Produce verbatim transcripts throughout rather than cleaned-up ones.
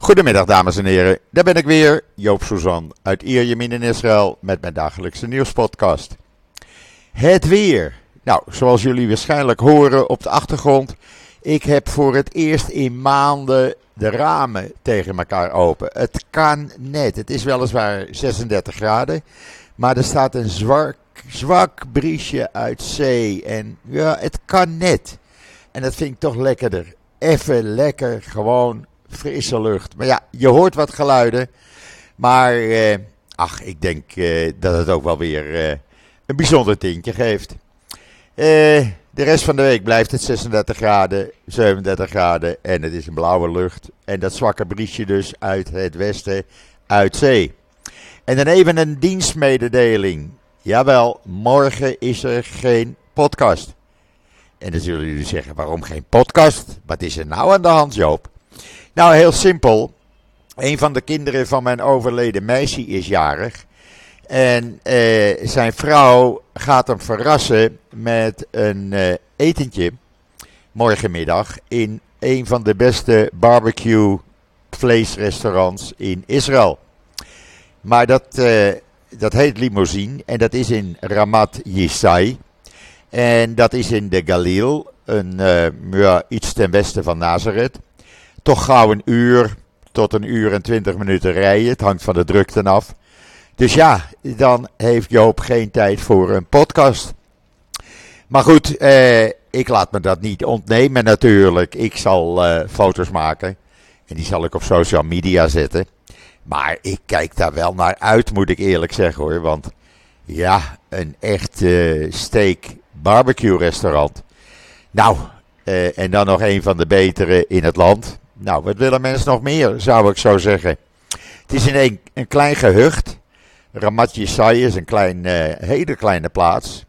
Goedemiddag dames en heren, daar ben ik weer, Joop Suzan uit Ierjemien in Israël met mijn dagelijkse nieuwspodcast. Het weer. Nou, zoals jullie waarschijnlijk horen op de achtergrond, ik heb voor het eerst in maanden de ramen tegen elkaar open. Het kan net, het is weliswaar zesendertig graden, maar er staat een zwak, zwak briesje uit zee en ja, het kan net. En dat vind ik toch lekkerder. Even lekker, gewoon frisse lucht. Maar ja, je hoort wat geluiden. Maar, eh, ach, ik denk eh, dat het ook wel weer eh, een bijzonder tintje geeft. Eh, de rest van de week blijft het zesendertig graden, zevenendertig graden en het is een blauwe lucht. En dat zwakke briesje dus uit het westen, uit zee. En dan even een dienstmededeling. Jawel, morgen is er geen podcast. En dan zullen jullie zeggen, waarom geen podcast? Wat is er nou aan de hand, Joop? Nou, heel simpel. Een van de kinderen van mijn overleden meisje is jarig. En eh, zijn vrouw gaat hem verrassen met een eh, etentje morgenmiddag in een van de beste barbecue vleesrestaurants in Israël. Maar dat, eh, dat heet Limousine en dat is in Ramat Yisai. En dat is in de Galil, een, uh, ja, iets ten westen van Nazareth. Toch gauw een uur tot een uur en twintig minuten rijden. Het hangt van de drukte af. Dus ja, dan heeft Joop geen tijd voor een podcast. Maar goed, eh, ik laat me dat niet ontnemen natuurlijk. Ik zal uh, foto's maken en die zal ik op social media zetten. Maar ik kijk daar wel naar uit, moet ik eerlijk zeggen hoor. Want ja, een echt uh, steak barbecue restaurant. Nou, uh, en dan nog een van de betere in het land. Nou, wat willen mensen nog meer, zou ik zo zeggen. Het is in een, een klein gehucht. Ramat Yisai is een klein, uh, hele kleine plaats.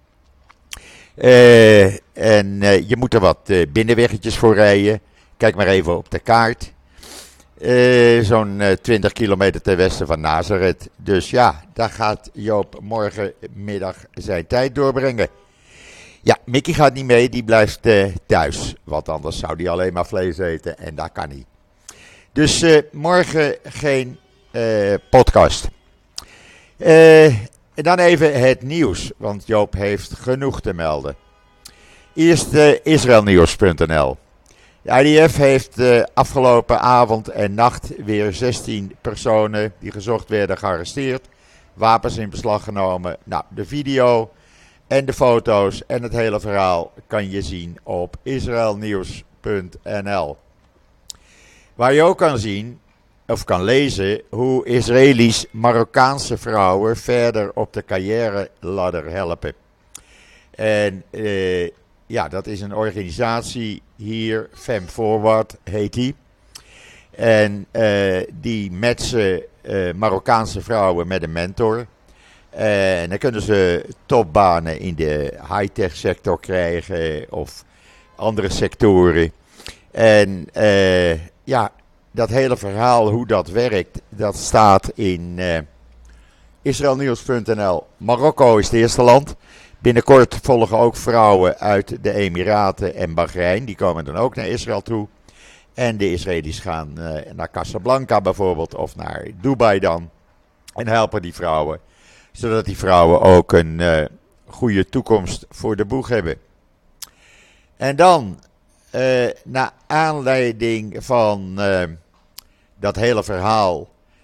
Uh, en uh, je moet er wat uh, binnenweggetjes voor rijden. Kijk maar even op de kaart. Uh, zo'n uh, twintig kilometer ten westen van Nazareth. Dus ja, daar gaat Joop morgenmiddag zijn tijd doorbrengen. Ja, Mickey gaat niet mee, die blijft uh, thuis. Want anders zou hij alleen maar vlees eten en dat kan niet. Dus uh, morgen geen uh, podcast. Uh, en dan even het nieuws, want Joop heeft genoeg te melden. Eerst uh, Israelnieuws punt n l. De I D F heeft uh, afgelopen avond en nacht weer zestien personen die gezocht werden gearresteerd. Wapens in beslag genomen. Nou, de video en de foto's en het hele verhaal kan je zien op Israelnieuws punt n l. Waar je ook kan zien, of kan lezen, hoe Israëli's Marokkaanse vrouwen verder op de carrière-ladder helpen. En uh, ja, dat is een organisatie hier, Fem Forward heet die. En uh, die matchen uh, Marokkaanse vrouwen met een mentor. Uh, en dan kunnen ze topbanen in de high-tech sector krijgen of andere sectoren. En uh, ja, dat hele verhaal, hoe dat werkt, dat staat in uh, Israelnieuws punt n l. Marokko is het eerste land. Binnenkort volgen ook vrouwen uit de Emiraten en Bahrein. Die komen dan ook naar Israël toe. En de Israëli's gaan uh, naar Casablanca bijvoorbeeld of naar Dubai dan. En helpen die vrouwen. Zodat die vrouwen ook een uh, goede toekomst voor de boeg hebben. En dan, uh, naar aanleiding van uh, dat hele verhaal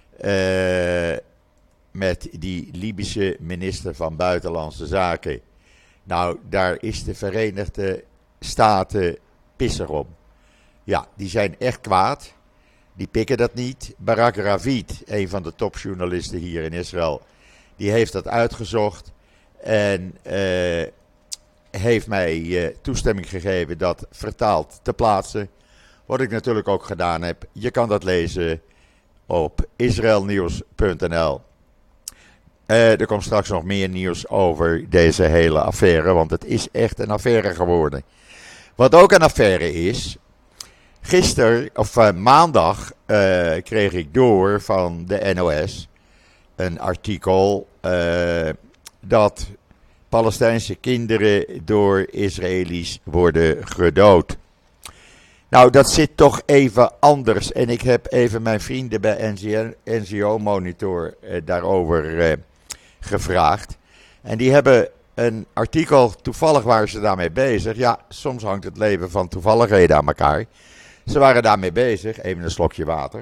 uh, met die Libische minister van Buitenlandse Zaken. Nou, daar is de Verenigde Staten pisser om. Ja, die zijn echt kwaad. Die pikken dat niet. Barak Ravid, een van de topjournalisten hier in Israël, die heeft dat uitgezocht en uh, heeft mij uh, toestemming gegeven dat vertaald te plaatsen. Wat ik natuurlijk ook gedaan heb. Je kan dat lezen op Israelnieuws punt n l. Uh, er komt straks nog meer nieuws over deze hele affaire, want het is echt een affaire geworden. Wat ook een affaire is, gisteren, of uh, maandag, uh, kreeg ik door van de N O S een artikel uh, dat Palestijnse kinderen door Israëli's worden gedood. Nou, dat zit toch even anders. En ik heb even mijn vrienden bij N C O Monitor eh, daarover eh, gevraagd. En die hebben een artikel, toevallig waren ze daarmee bezig. Ja, soms hangt het leven van toevalligheden aan elkaar. Ze waren daarmee bezig, even een slokje water.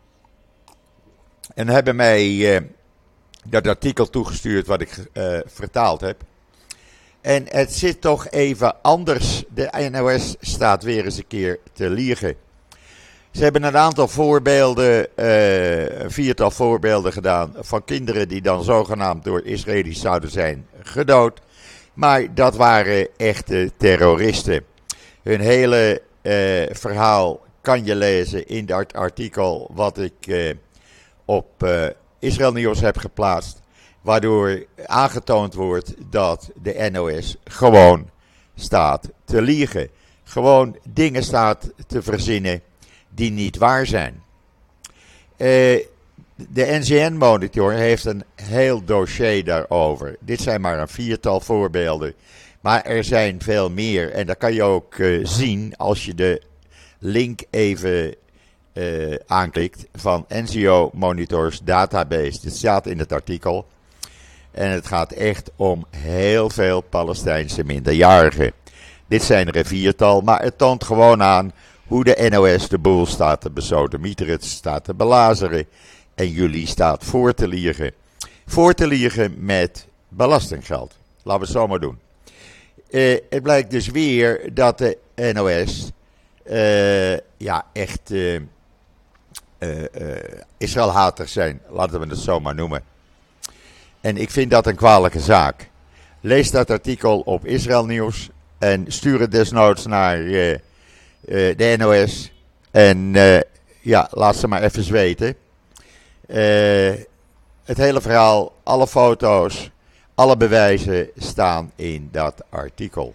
En hebben mij eh, dat artikel toegestuurd wat ik eh, vertaald heb. En het zit toch even anders. De N O S staat weer eens een keer te liegen. Ze hebben een aantal voorbeelden, uh, een viertal voorbeelden gedaan van kinderen die dan zogenaamd door Israëli's zouden zijn gedood. Maar dat waren echte terroristen. Hun hele uh, verhaal kan je lezen in dat artikel wat ik uh, op uh, Israël Nieuws heb geplaatst. Waardoor aangetoond wordt dat de N O S gewoon staat te liegen. Gewoon dingen staat te verzinnen die niet waar zijn. Uh, de N C N Monitor heeft een heel dossier daarover. Dit zijn maar een viertal voorbeelden. Maar er zijn veel meer. En dat kan je ook uh, zien als je de link even uh, aanklikt van N C O Monitors Database. Dit staat in het artikel. En het gaat echt om heel veel Palestijnse minderjarigen. Dit zijn er een viertal, maar het toont gewoon aan hoe de N O S de boel staat te besodemieteren, staat te belazeren. En jullie staat voor te liegen. Voor te liegen met belastinggeld. Laten we het zo maar doen. Uh, het blijkt dus weer dat de N O S uh, ja, echt uh, uh, uh, Israël-haters zijn. Laten we het zo maar noemen. En ik vind dat een kwalijke zaak. Lees dat artikel op Israël Nieuws en stuur het desnoods naar uh, uh, de N O S. En uh, ja, laat ze maar even weten. Uh, het hele verhaal, alle foto's, alle bewijzen staan in dat artikel.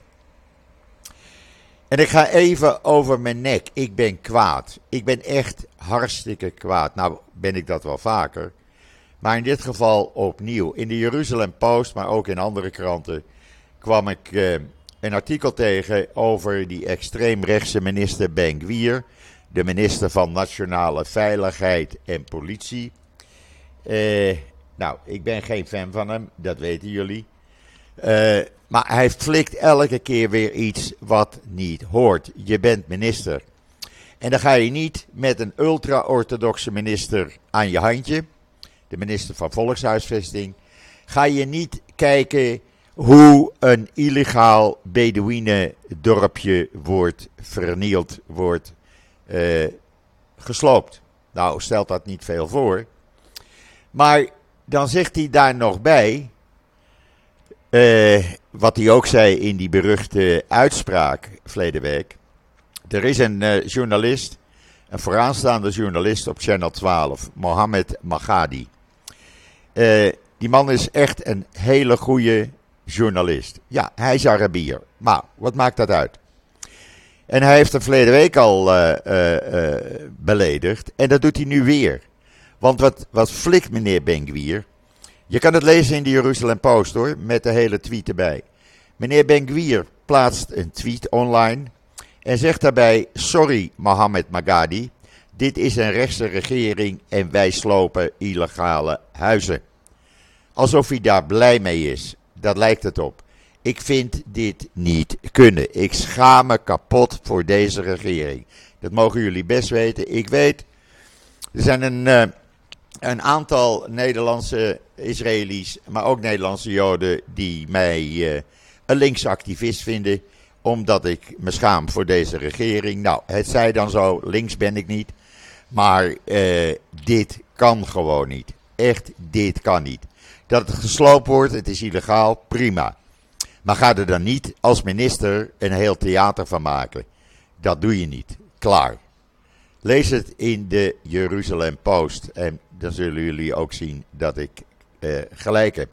En ik ga even over mijn nek. Ik ben kwaad. Ik ben echt hartstikke kwaad. Nou ben ik dat wel vaker. Maar in dit geval opnieuw. In de Jeruzalem Post, maar ook in andere kranten, kwam ik uh, een artikel tegen over die extreemrechtse minister Ben-Gvir, de minister van Nationale Veiligheid en Politie. Uh, nou, ik ben geen fan van hem, dat weten jullie. Uh, maar hij flikt elke keer weer iets wat niet hoort. Je bent minister. En dan ga je niet met een ultra-orthodoxe minister aan je handje, de minister van Volkshuisvesting, ga je niet kijken hoe een illegaal Bedouinendorpje wordt vernield, wordt uh, gesloopt. Nou, stelt dat niet veel voor. Maar dan zegt hij daar nog bij, uh, wat hij ook zei in die beruchte uitspraak verleden week. Er is een uh, journalist, een vooraanstaande journalist op Channel twaalf, Mohammed Magadi. Uh, die man is echt een hele goede journalist. Ja, hij is Arabier. Maar wat maakt dat uit? En hij heeft hem verleden week al uh, uh, uh, beledigd. En dat doet hij nu weer. Want wat, wat flikt meneer Ben-Gvir? Je kan het lezen in de Jeruzalem Post hoor, met de hele tweet erbij. Meneer Ben-Gvir plaatst een tweet online en zegt daarbij: sorry Mohammed Magadi, dit is een rechtse regering en wij slopen illegale huizen. Alsof hij daar blij mee is. Dat lijkt het op. Ik vind dit niet kunnen. Ik schaam me kapot voor deze regering. Dat mogen jullie best weten. Ik weet, er zijn een, uh, een aantal Nederlandse Israëli's, maar ook Nederlandse Joden, die mij uh, een linkse activist vinden, omdat ik me schaam voor deze regering. Nou, het zij dan zo, links ben ik niet. Maar uh, dit kan gewoon niet. Echt, dit kan niet. Dat het gesloopt wordt, het is illegaal, prima. Maar ga er dan niet als minister een heel theater van maken. Dat doe je niet. Klaar. Lees het in de Jeruzalem Post. En dan zullen jullie ook zien dat ik uh, gelijk heb.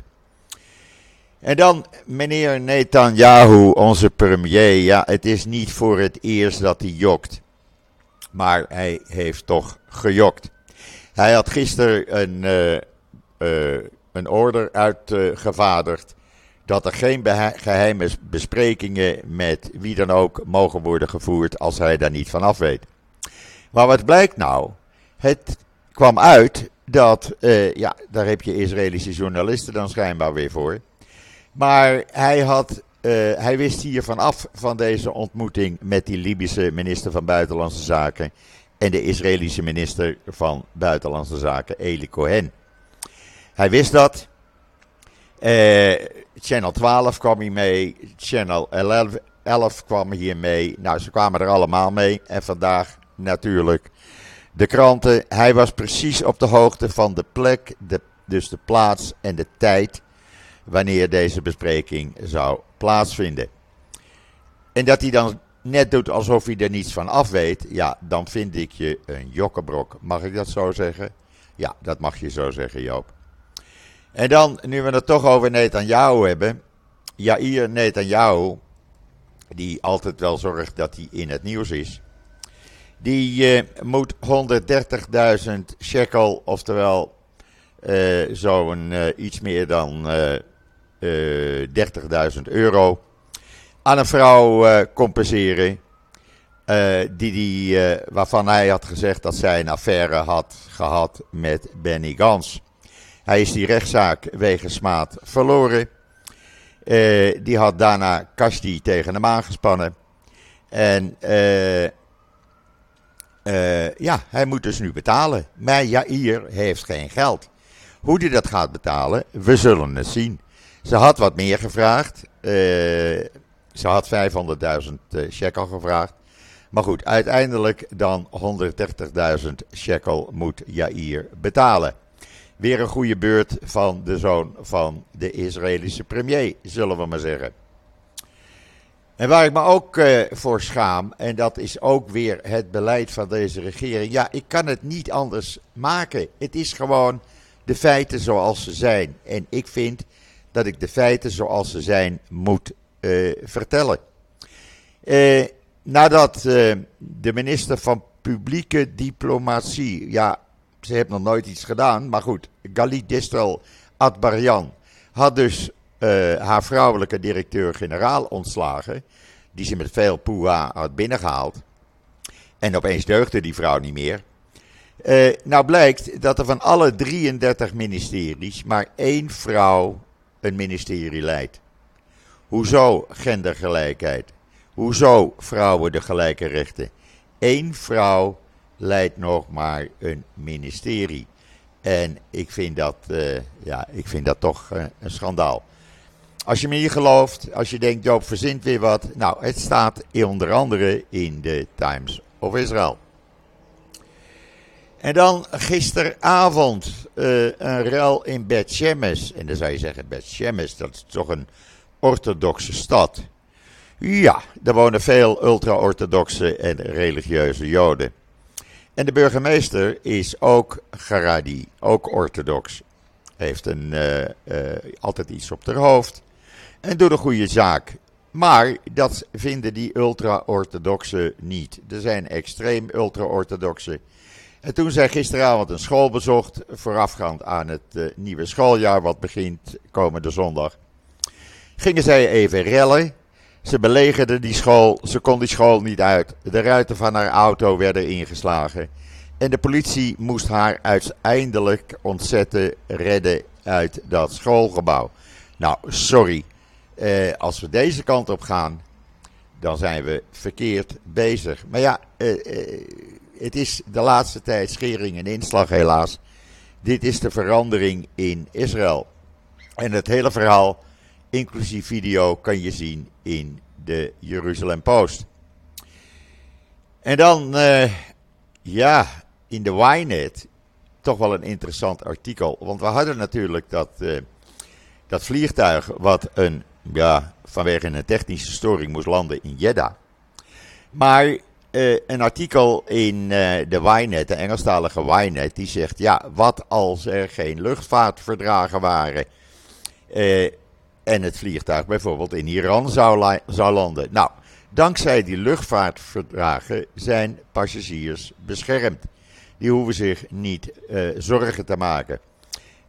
En dan meneer Netanyahu, onze premier. Ja, het is niet voor het eerst dat hij jokt. Maar hij heeft toch gejokt. Hij had gisteren een, uh, uh, een order uitgevaardigd dat er geen beha- geheime besprekingen met wie dan ook mogen worden gevoerd als hij daar niet van af weet. Maar wat blijkt nou? Het kwam uit dat, uh, ja, daar heb je Israëlische journalisten dan schijnbaar weer voor. Maar hij, had, uh, hij wist hiervan af van deze ontmoeting met die Libische minister van Buitenlandse Zaken en de Israëlische minister van Buitenlandse Zaken, Eli Cohen. Hij wist dat. Uh, Channel twaalf kwam hier mee, Channel elf, elf kwam hier mee. Nou, ze kwamen er allemaal mee. En vandaag natuurlijk de kranten. Hij was precies op de hoogte van de plek, de, dus de plaats en de tijd wanneer deze bespreking zou plaatsvinden. En dat hij dan net doet alsof hij er niets van af weet, ja, dan vind ik je een jokkebrok. Mag ik dat zo zeggen? Ja, dat mag je zo zeggen, Joop. En dan, nu we het toch over Netanyahu hebben. Yair Netanyahu, die altijd wel zorgt dat hij in het nieuws is. Die uh, moet honderddertigduizend shekel, oftewel uh, zo'n uh, iets meer dan uh, uh, dertigduizend euro, aan een vrouw uh, compenseren. Uh, die, die, uh, waarvan hij had gezegd dat zij een affaire had gehad met Benny Gantz. Hij is die rechtszaak wegens smaad verloren. Uh, die had daarna Kashdi tegen hem aangespannen. En uh, uh, ja, hij moet dus nu betalen. Maar Yair heeft geen geld. Hoe hij dat gaat betalen, we zullen het zien. Ze had wat meer gevraagd. Uh, ze had vijfhonderdduizend uh, shekel gevraagd. Maar goed, uiteindelijk dan honderddertigduizend shekel moet Yair betalen. Weer een goede beurt van de zoon van de Israëlische premier, zullen we maar zeggen. En waar ik me ook uh, voor schaam, en dat is ook weer het beleid van deze regering. Ja, ik kan het niet anders maken. Het is gewoon de feiten zoals ze zijn. En ik vind dat ik de feiten zoals ze zijn moet uh, vertellen. Uh, nadat uh, de minister van Publieke Diplomatie, ja, ze heeft nog nooit iets gedaan, maar goed, Galit Distel Atbarian had dus uh, haar vrouwelijke directeur-generaal ontslagen, die ze met veel poeha had binnengehaald. En opeens deugde die vrouw niet meer. Uh, nou blijkt dat er van alle drieëndertig ministeries maar één vrouw een ministerie leidt. Hoezo gendergelijkheid? Hoezo vrouwen de gelijke rechten? Eén vrouw leidt nog maar een ministerie. En ik vind dat, uh, ja, ik vind dat toch uh, een schandaal. Als je me niet gelooft, als je denkt, Joop verzint weer wat. Nou, het staat onder andere in de Times of Israel. En dan gisteravond uh, een rel in Beth Shemesh. En dan zou je zeggen, Beth Shemesh, dat is toch een orthodoxe stad. Ja, er wonen veel ultra-orthodoxe en religieuze Joden. En de burgemeester is ook Haredi, ook orthodox. Heeft een, uh, uh, altijd iets op haar hoofd en doet een goede zaak. Maar dat vinden die ultra-orthodoxen niet. Er zijn extreem ultra-orthodoxen. En toen zij gisteravond een school bezocht, voorafgaand aan het uh, nieuwe schooljaar wat begint komende zondag, gingen zij even rellen. Ze belegerden die school, ze kon die school niet uit. De ruiten van haar auto werden ingeslagen. En de politie moest haar uiteindelijk ontzetten redden uit dat schoolgebouw. Nou, sorry. Eh, als we deze kant op gaan, dan zijn we verkeerd bezig. Maar ja, eh, eh, het is de laatste tijd schering en inslag helaas. Dit is de verandering in Israël. En het hele verhaal, inclusief video, kan je zien in de Jeruzalem Post. En dan, uh, ja, in de Ynet, toch wel een interessant artikel. Want we hadden natuurlijk dat, uh, dat vliegtuig wat een, ja, vanwege een technische storing moest landen in Jeddah. Maar uh, een artikel in uh, de Ynet, de Engelstalige Ynet, die zegt, ja, wat als er geen luchtvaartverdragen waren Uh, en het vliegtuig bijvoorbeeld in Iran zou, la- zou landen. Nou, dankzij die luchtvaartverdragen zijn passagiers beschermd. Die hoeven zich niet uh, zorgen te maken.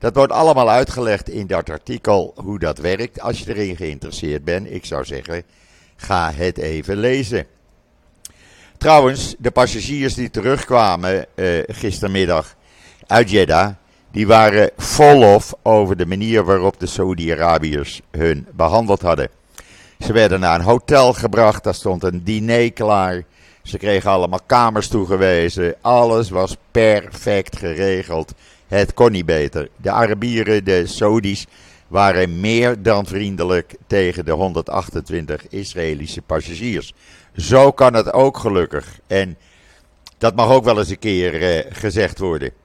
Dat wordt allemaal uitgelegd in dat artikel hoe dat werkt. Als je erin geïnteresseerd bent, ik zou zeggen, ga het even lezen. Trouwens, de passagiers die terugkwamen uh, gistermiddag uit Jeddah, die waren vol lof over de manier waarop de Saoedi-Arabiërs hun behandeld hadden. Ze werden naar een hotel gebracht, daar stond een diner klaar. Ze kregen allemaal kamers toegewezen. Alles was perfect geregeld. Het kon niet beter. De Arabieren, de Saoedi's, waren meer dan vriendelijk tegen de honderdachtentwintig Israëlische passagiers. Zo kan het ook gelukkig. En dat mag ook wel eens een keer uh, gezegd worden.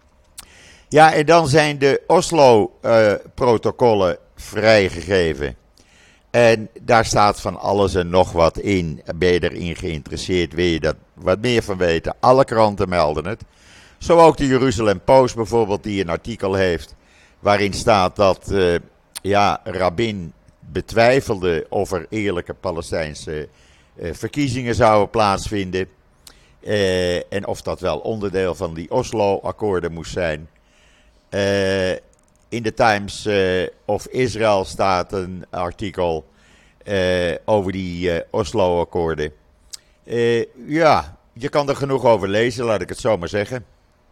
Ja, en dan zijn de Oslo-protocollen uh, vrijgegeven. En daar staat van alles en nog wat in. Ben je erin geïnteresseerd? Wil je daar wat meer van weten? Alle kranten melden het. Zo ook de Jeruzalem Post bijvoorbeeld, die een artikel heeft waarin staat dat uh, ja, Rabin betwijfelde of er eerlijke Palestijnse uh, verkiezingen zouden plaatsvinden. Uh, en of dat wel onderdeel van die Oslo-akkoorden moest zijn. Uh, in de Times uh, of Israel staat een artikel uh, over die uh, Oslo-akkoorden. Uh, ja, je kan er genoeg over lezen, laat ik het zo maar zeggen.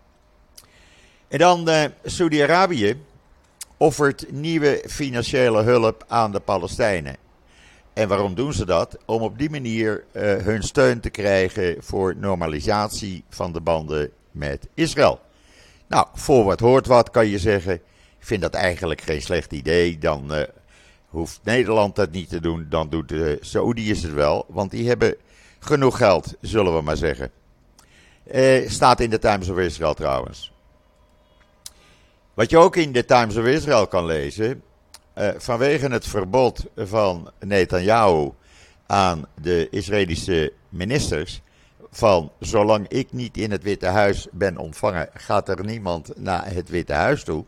En dan uh, Saudi-Arabië offert nieuwe financiële hulp aan de Palestijnen. En waarom doen ze dat? Om op die manier uh, hun steun te krijgen voor normalisatie van de banden met Israël. Nou, voor wat hoort wat kan je zeggen. Ik vind dat eigenlijk geen slecht idee. Dan uh, hoeft Nederland dat niet te doen. Dan doet de Saoediërs het wel. Want die hebben genoeg geld, zullen we maar zeggen. Uh, staat in de Times of Israel trouwens. Wat je ook in de Times of Israel kan lezen. Uh, vanwege het verbod van Netanyahu aan de Israëlische ministers. Van zolang ik niet in het Witte Huis ben ontvangen, gaat er niemand naar het Witte Huis toe.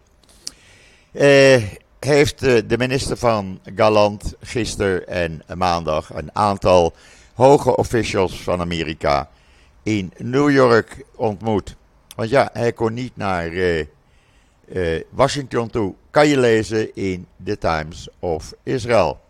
Uh, heeft uh, de minister van Galant gisteren en maandag een aantal hoge officials van Amerika in New York ontmoet. Want ja, hij kon niet naar uh, uh, Washington toe. Kan je lezen in The Times of Israel.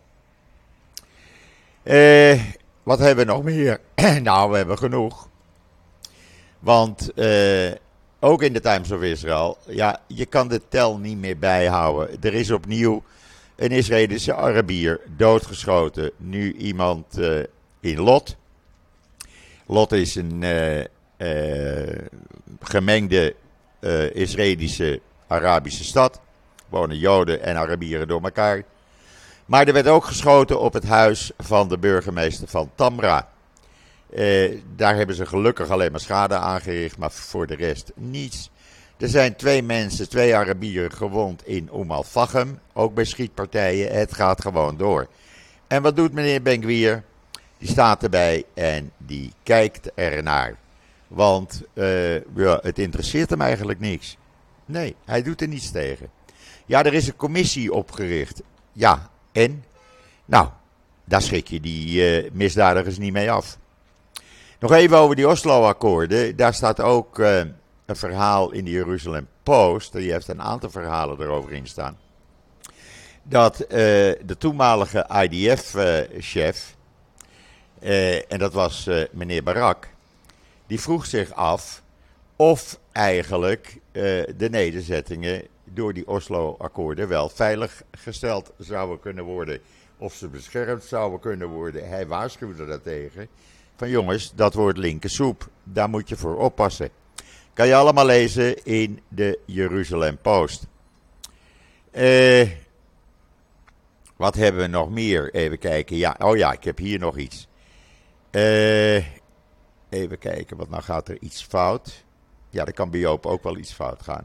Uh, wat hebben we nog meer? Nou, we hebben genoeg. Want uh, ook in de Times of Israel, ja, je kan de tel niet meer bijhouden. Er is opnieuw een Israëlische Arabier doodgeschoten. Nu iemand uh, in Lot. Lot is een uh, uh, gemengde uh, Israëlische Arabische stad. Wonen Joden en Arabieren door elkaar. Maar er werd ook geschoten op het huis van de burgemeester van Tamra. Uh, daar hebben ze gelukkig alleen maar schade aangericht, maar voor de rest niets. Er zijn twee mensen, twee Arabieren gewond in Umm al-Fahim, ook bij schietpartijen. Het gaat gewoon door. En wat doet meneer Ben-Gvir? Die staat erbij en die kijkt ernaar. Want uh, ja, het interesseert hem eigenlijk niks. Nee, hij doet er niets tegen. Ja, er is een commissie opgericht. Ja, en? Nou, daar schrik je die uh, misdadigers niet mee af. Nog even over die Oslo-akkoorden. Daar staat ook uh, een verhaal in de Jeruzalem Post. Die heeft een aantal verhalen erover in staan. Dat uh, de toenmalige I D F-chef, uh, uh, en dat was uh, meneer Barak, die vroeg zich af of eigenlijk uh, de nederzettingen door die Oslo-akkoorden wel veilig gesteld zouden kunnen worden. Of ze beschermd zouden kunnen worden. Hij waarschuwde daartegen. Van jongens, dat wordt linkersoep. Daar moet je voor oppassen. Kan je allemaal lezen in de Jeruzalem Post. Uh, wat hebben we nog meer? Even kijken. Ja, oh ja, ik heb hier nog iets. Uh, even kijken, want nou gaat er iets fout. Ja, er kan bij Joop ook wel iets fout gaan.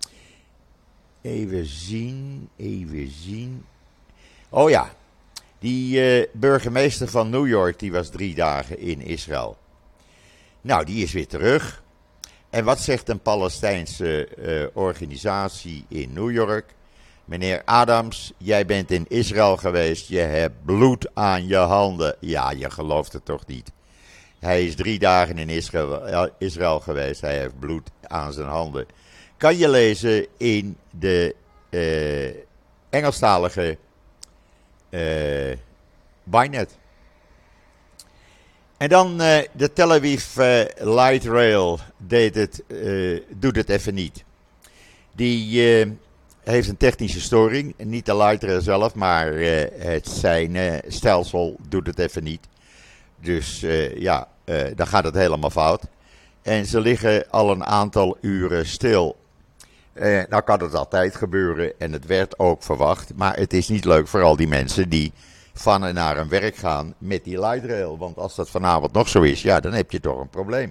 Even zien, even zien. Oh ja, die uh, burgemeester van New York, die was drie dagen in Israël. Nou, die is weer terug. En wat zegt een Palestijnse uh, organisatie in New York? Meneer Adams, jij bent in Israël geweest, je hebt bloed aan je handen. Ja, je gelooft het toch niet. Hij is drie dagen in Israël, Israël geweest. Hij heeft bloed aan zijn handen. Kan je lezen in de uh, Engelstalige uh, Ynet. En dan uh, de Tel Aviv uh, Light Rail deed het, uh, doet het even niet. Die uh, heeft een technische storing. Niet de Light Rail zelf, maar uh, het zijn uh, stelsel doet het even niet. Dus uh, ja, uh, dan gaat het helemaal fout. En ze liggen al een aantal uren stil. Uh, nou kan het altijd gebeuren en het werd ook verwacht. Maar het is niet leuk voor al die mensen die van en naar hun werk gaan met die light rail. Want als dat vanavond nog zo is, ja, dan heb je toch een probleem.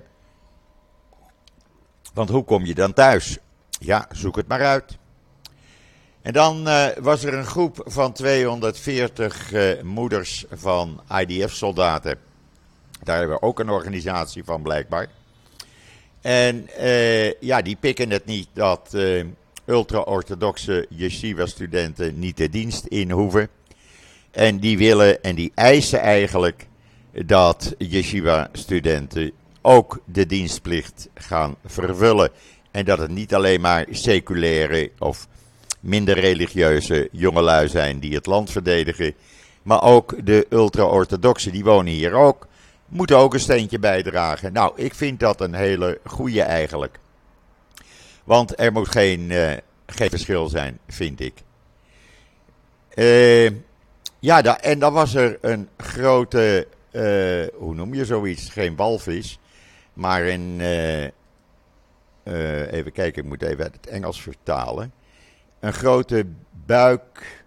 Want hoe kom je dan thuis? Ja, zoek het maar uit. En dan uh, was er een groep van tweehonderdveertig uh, moeders van I D F-soldaten. Daar hebben we ook een organisatie van blijkbaar. En uh, ja, die pikken het niet dat uh, ultra-orthodoxe yeshiva-studenten niet de dienst in hoeven. En die willen en die eisen eigenlijk dat yeshiva-studenten ook de dienstplicht gaan vervullen. En dat het niet alleen maar seculaire of minder religieuze jongelui zijn die het land verdedigen. Maar ook de ultra-orthodoxen, die wonen hier ook, moeten ook een steentje bijdragen. Nou, ik vind dat een hele goeie eigenlijk. Want er moet geen, uh, geen verschil zijn, vind ik. Uh, ja, da- en dan was er een grote, uh, hoe noem je zoiets? Geen walvis, maar een, uh, uh, even kijken, ik moet even uit het Engels vertalen. Een grote buik,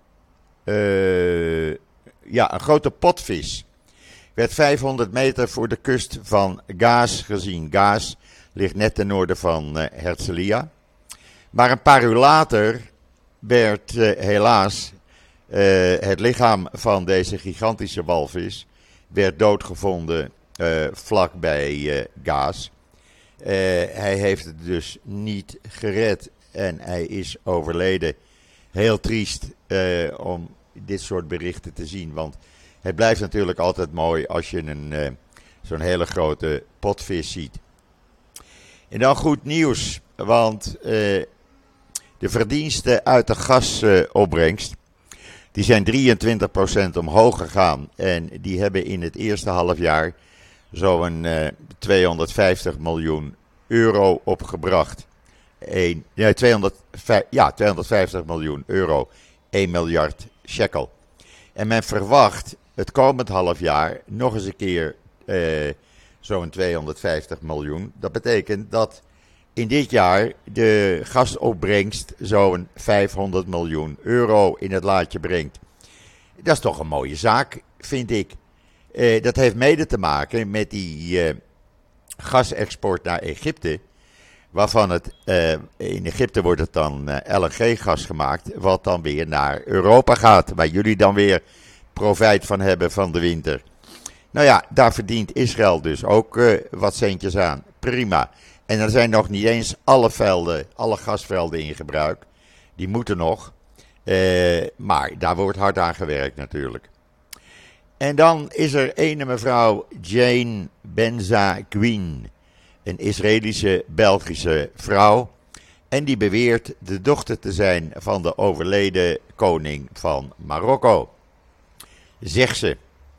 uh, ja, een grote potvis. Werd vijfhonderd meter voor de kust van Gaas gezien. Gaas ligt net ten noorden van uh, Herzliya. Maar een paar uur later werd uh, helaas uh, het lichaam van deze gigantische walvis werd doodgevonden uh, vlakbij uh, Gaas. Uh, hij heeft het dus niet gered en hij is overleden. Heel triest uh, om dit soort berichten te zien, want het blijft natuurlijk altijd mooi als je een, uh, zo'n hele grote potvis ziet. En dan goed nieuws, want uh, de verdiensten uit de gasopbrengst, uh, die zijn drieëntwintig procent omhoog gegaan. En die hebben in het eerste halfjaar zo'n uh, tweehonderdvijftig miljoen euro opgebracht. Een, ja, tweehonderd, ja, tweehonderdvijftig miljoen euro, één miljard shekel. En men verwacht het komend half jaar nog eens een keer eh, zo'n tweehonderdvijftig miljoen. Dat betekent dat in dit jaar de gasopbrengst zo'n vijfhonderd miljoen euro in het laadje brengt. Dat is toch een mooie zaak, vind ik. Eh, dat heeft mede te maken met die eh, gasexport naar Egypte. Waarvan het, uh, in Egypte wordt het dan uh, L N G-gas gemaakt, wat dan weer naar Europa gaat. Waar jullie dan weer profijt van hebben van de winter. Nou ja, daar verdient Israël dus ook uh, wat centjes aan. Prima. En er zijn nog niet eens alle velden, alle gasvelden in gebruik. Die moeten nog. Uh, maar daar wordt hard aan gewerkt natuurlijk. En dan is er ene mevrouw Jane Benza-Queen. Een Israëlische Belgische vrouw. En die beweert de dochter te zijn van de overleden koning van Marokko. Zegt ze.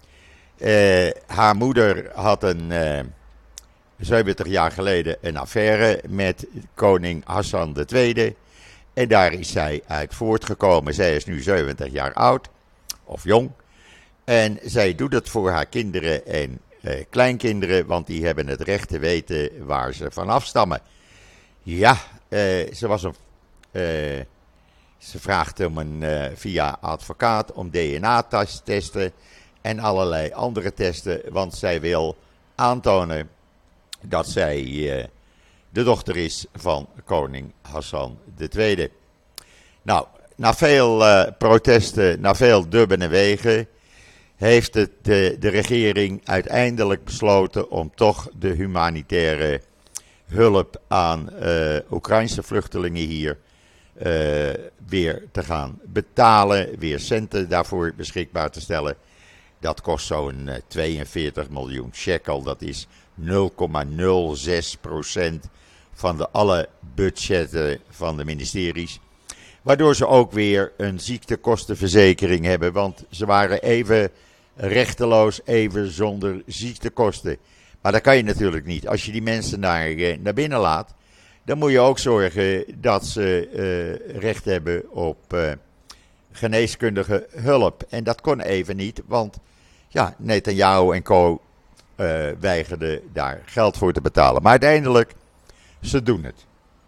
Uh, haar moeder had een uh, zeventig jaar geleden een affaire met koning Hassan de Tweede. En daar is zij uit voortgekomen. Zij is nu zeventig jaar oud. Of jong. En zij doet het voor haar kinderen en Uh, kleinkinderen, want die hebben het recht te weten waar ze van afstammen. Ja, uh, ze was een, uh, ze vraagt om een, uh, via advocaat om D N A-testen en allerlei andere testen, want zij wil aantonen dat zij uh, de dochter is van koning Hassan de Tweede. Nou, na veel uh, protesten, na veel dubben en wegen, heeft het de, de regering uiteindelijk besloten om toch de humanitaire hulp aan uh, Oekraïnse vluchtelingen hier uh, weer te gaan betalen, weer centen daarvoor beschikbaar te stellen. Dat kost zo'n uh, tweeënveertig miljoen shekel. Dat is nul komma nul zes procent van de alle budgetten van de ministeries. Waardoor ze ook weer een ziektekostenverzekering hebben. Want ze waren even rechteloos, even zonder ziektekosten. Maar dat kan je natuurlijk niet. Als je die mensen naar, naar binnen laat, dan moet je ook zorgen dat ze uh, recht hebben op uh, geneeskundige hulp. En dat kon even niet, want ja, Netanyahu en co. Uh, weigerden daar geld voor te betalen. Maar uiteindelijk, ze doen het.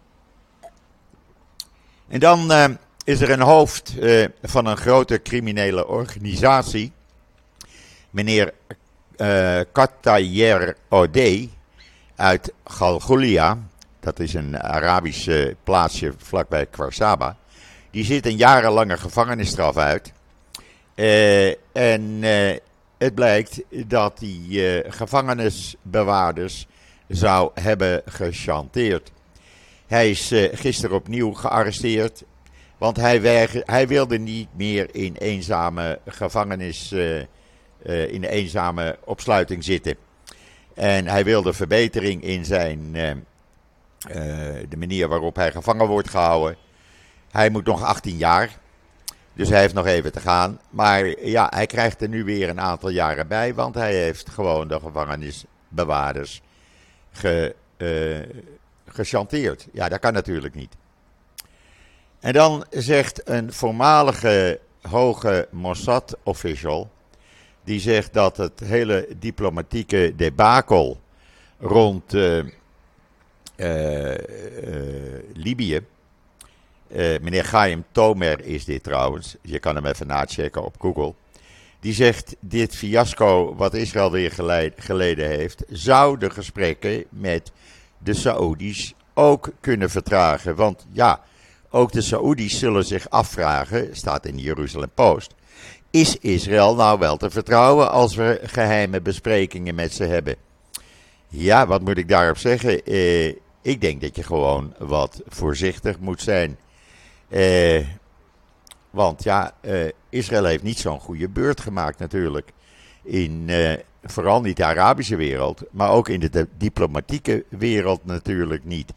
En dan uh, is er een hoofd uh, van een grote criminele organisatie, meneer uh, Katayer Odeh uit Galgulia. Dat is een Arabisch uh, plaatsje vlakbij Kfar Die zit een jarenlange gevangenisstraf uit. Uh, en uh, het blijkt dat die uh, gevangenisbewaarders zou hebben gechanteerd. Hij is uh, gisteren opnieuw gearresteerd, want hij, weiger, hij wilde niet meer in eenzame gevangenis, uh, uh, in eenzame opsluiting zitten. En hij wilde verbetering in zijn, uh, uh, de manier waarop hij gevangen wordt gehouden. Hij moet nog achttien jaar, dus hij heeft nog even te gaan. Maar ja, hij krijgt er nu weer een aantal jaren bij, want hij heeft gewoon de gevangenisbewaarders ge, uh, gechanteerd. Ja, dat kan natuurlijk niet. En dan zegt een voormalige hoge Mossad-official, die zegt dat het hele diplomatieke debakel rond uh, uh, uh, Libië, uh, meneer Chaim Tomer is dit trouwens, je kan hem even nachecken op Google, die zegt dit fiasco wat Israël weer geleid, geleden heeft, zou de gesprekken met de Saoedi's ook kunnen vertragen. Want ja, ook de Saoedi's zullen zich afvragen, staat in de Jeruzalem Post, is Israël nou wel te vertrouwen als we geheime besprekingen met ze hebben? Ja, wat moet ik daarop zeggen? Eh, ik denk dat je gewoon wat voorzichtig moet zijn. Eh, want ja, eh, Israël heeft niet zo'n goede beurt gemaakt natuurlijk. In, eh, vooral niet de Arabische wereld, maar ook in de, de diplomatieke wereld natuurlijk niet.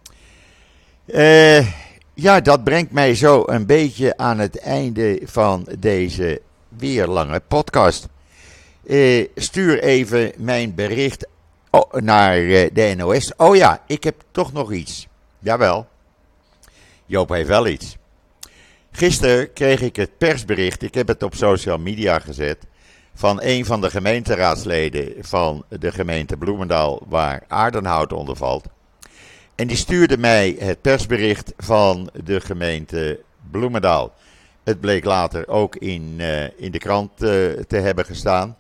Eh... Ja, dat brengt mij zo een beetje aan het einde van deze weer lange podcast. Uh, stuur even mijn bericht naar uh, de N O S. Oh ja, ik heb toch nog iets. Jawel, Joop heeft wel iets. Gisteren kreeg ik het persbericht, ik heb het op social media gezet, van een van de gemeenteraadsleden van de gemeente Bloemendaal, waar Aardenhout onder valt. En die stuurde mij het persbericht van de gemeente Bloemendaal. Het bleek later ook in, uh, in de krant uh, te hebben gestaan.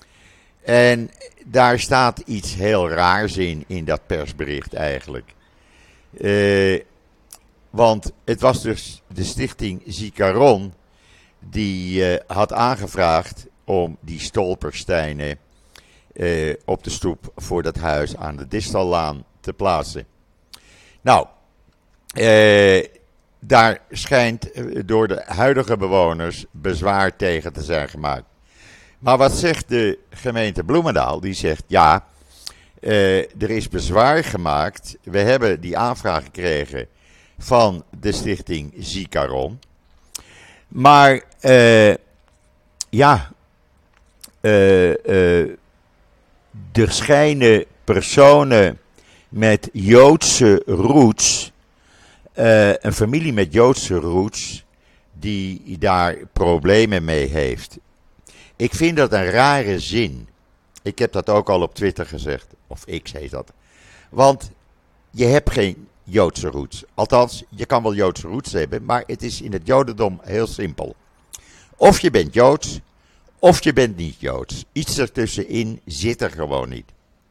En daar staat iets heel raars in, in dat persbericht eigenlijk. Uh, want het was dus de stichting Zikaron die uh, had aangevraagd om die stolpersteinen uh, op de stoep voor dat huis aan de Distallaan te plaatsen. Nou, eh, daar schijnt door de huidige bewoners bezwaar tegen te zijn gemaakt. Maar wat zegt de gemeente Bloemendaal? Die zegt ja, eh, er is bezwaar gemaakt. We hebben die aanvraag gekregen van de stichting Zikaron. Maar eh, ja, eh, eh, er schijnen personen met Joodse roots, uh, een familie met Joodse roots, die daar problemen mee heeft. Ik vind dat een rare zin. Ik heb dat ook al op Twitter gezegd, of X heet dat. Want je hebt geen Joodse roots. Althans, je kan wel Joodse roots hebben, maar het is in het Jodendom heel simpel. Of je bent Joods, of je bent niet Joods. Iets ertussenin zit er gewoon niet.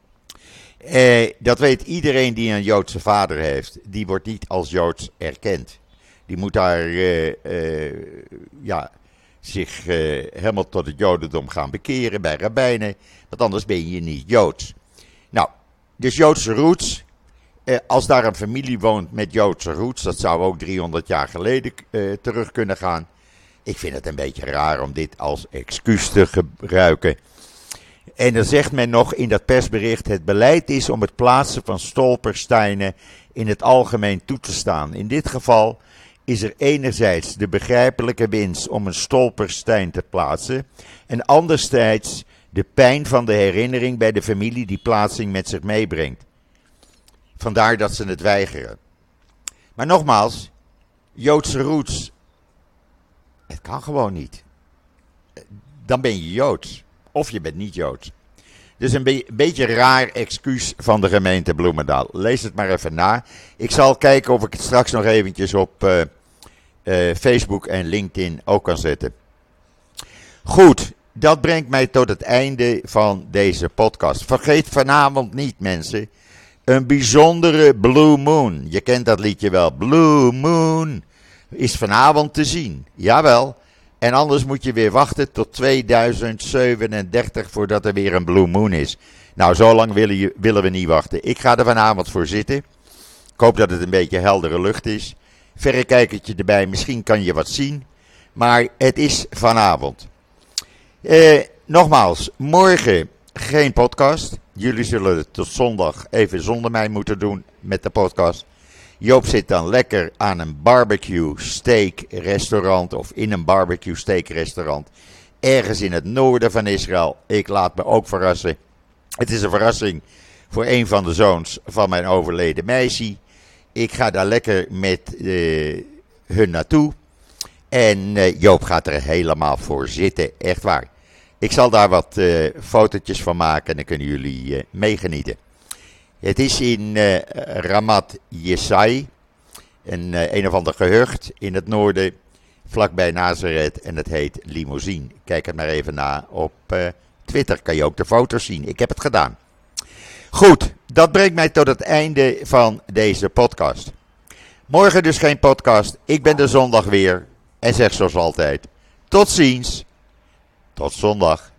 Eh, dat weet iedereen die een Joodse vader heeft. Die wordt niet als Joods erkend. Die moet daar eh, eh, ja, zich eh, helemaal tot het Jodendom gaan bekeren bij rabbijnen. Want anders ben je niet Joods. Nou, dus Joodse roots. Eh, als daar een familie woont met Joodse roots. Dat zou ook driehonderd jaar geleden eh, terug kunnen gaan. Ik vind het een beetje raar om dit als excuus te gebruiken. En dan zegt men nog in dat persbericht: het beleid is om het plaatsen van stolpersteinen in het algemeen toe te staan. In dit geval is er enerzijds de begrijpelijke wens om een stolpersteen te plaatsen en anderzijds de pijn van de herinnering bij de familie die plaatsing met zich meebrengt. Vandaar dat ze het weigeren. Maar nogmaals, Joodse roots, het kan gewoon niet. Dan ben je Joods. Of je bent niet Joods. Dus een be- beetje raar excuus van de gemeente Bloemendaal. Lees het maar even na. Ik zal kijken of ik het straks nog eventjes op uh, uh, Facebook en LinkedIn ook kan zetten. Goed, dat brengt mij tot het einde van deze podcast. Vergeet vanavond niet, mensen, een bijzondere Blue Moon. Je kent dat liedje wel. Blue Moon is vanavond te zien. Jawel. En anders moet je weer wachten tot tweeduizend zevenendertig voordat er weer een Blue Moon is. Nou, zo lang willen, je, willen we niet wachten. Ik ga er vanavond voor zitten. Ik hoop dat het een beetje heldere lucht is. Verrekijkertje erbij, misschien kan je wat zien. Maar het is vanavond. Eh, nogmaals, morgen geen podcast. Jullie zullen het tot zondag even zonder mij moeten doen met de podcast. Joop zit dan lekker aan een barbecue steak restaurant of in een barbecue steak restaurant ergens in het noorden van Israël. Ik laat me ook verrassen. Het is een verrassing voor een van de zoons van mijn overleden meisje. Ik ga daar lekker met uh, hun naartoe. En uh, Joop gaat er helemaal voor zitten, echt waar. Ik zal daar wat uh, fotootjes van maken en dan kunnen jullie uh, meegenieten. Het is in uh, Ramat Yesai, een, uh, een of ander gehucht in het noorden, vlakbij Nazareth, en het heet Limousine. Kijk het maar even na op uh, Twitter, kan je ook de foto's zien. Ik heb het gedaan. Goed, dat brengt mij tot het einde van deze podcast. Morgen dus geen podcast, ik ben de zondag weer en zeg zoals altijd, tot ziens, tot zondag.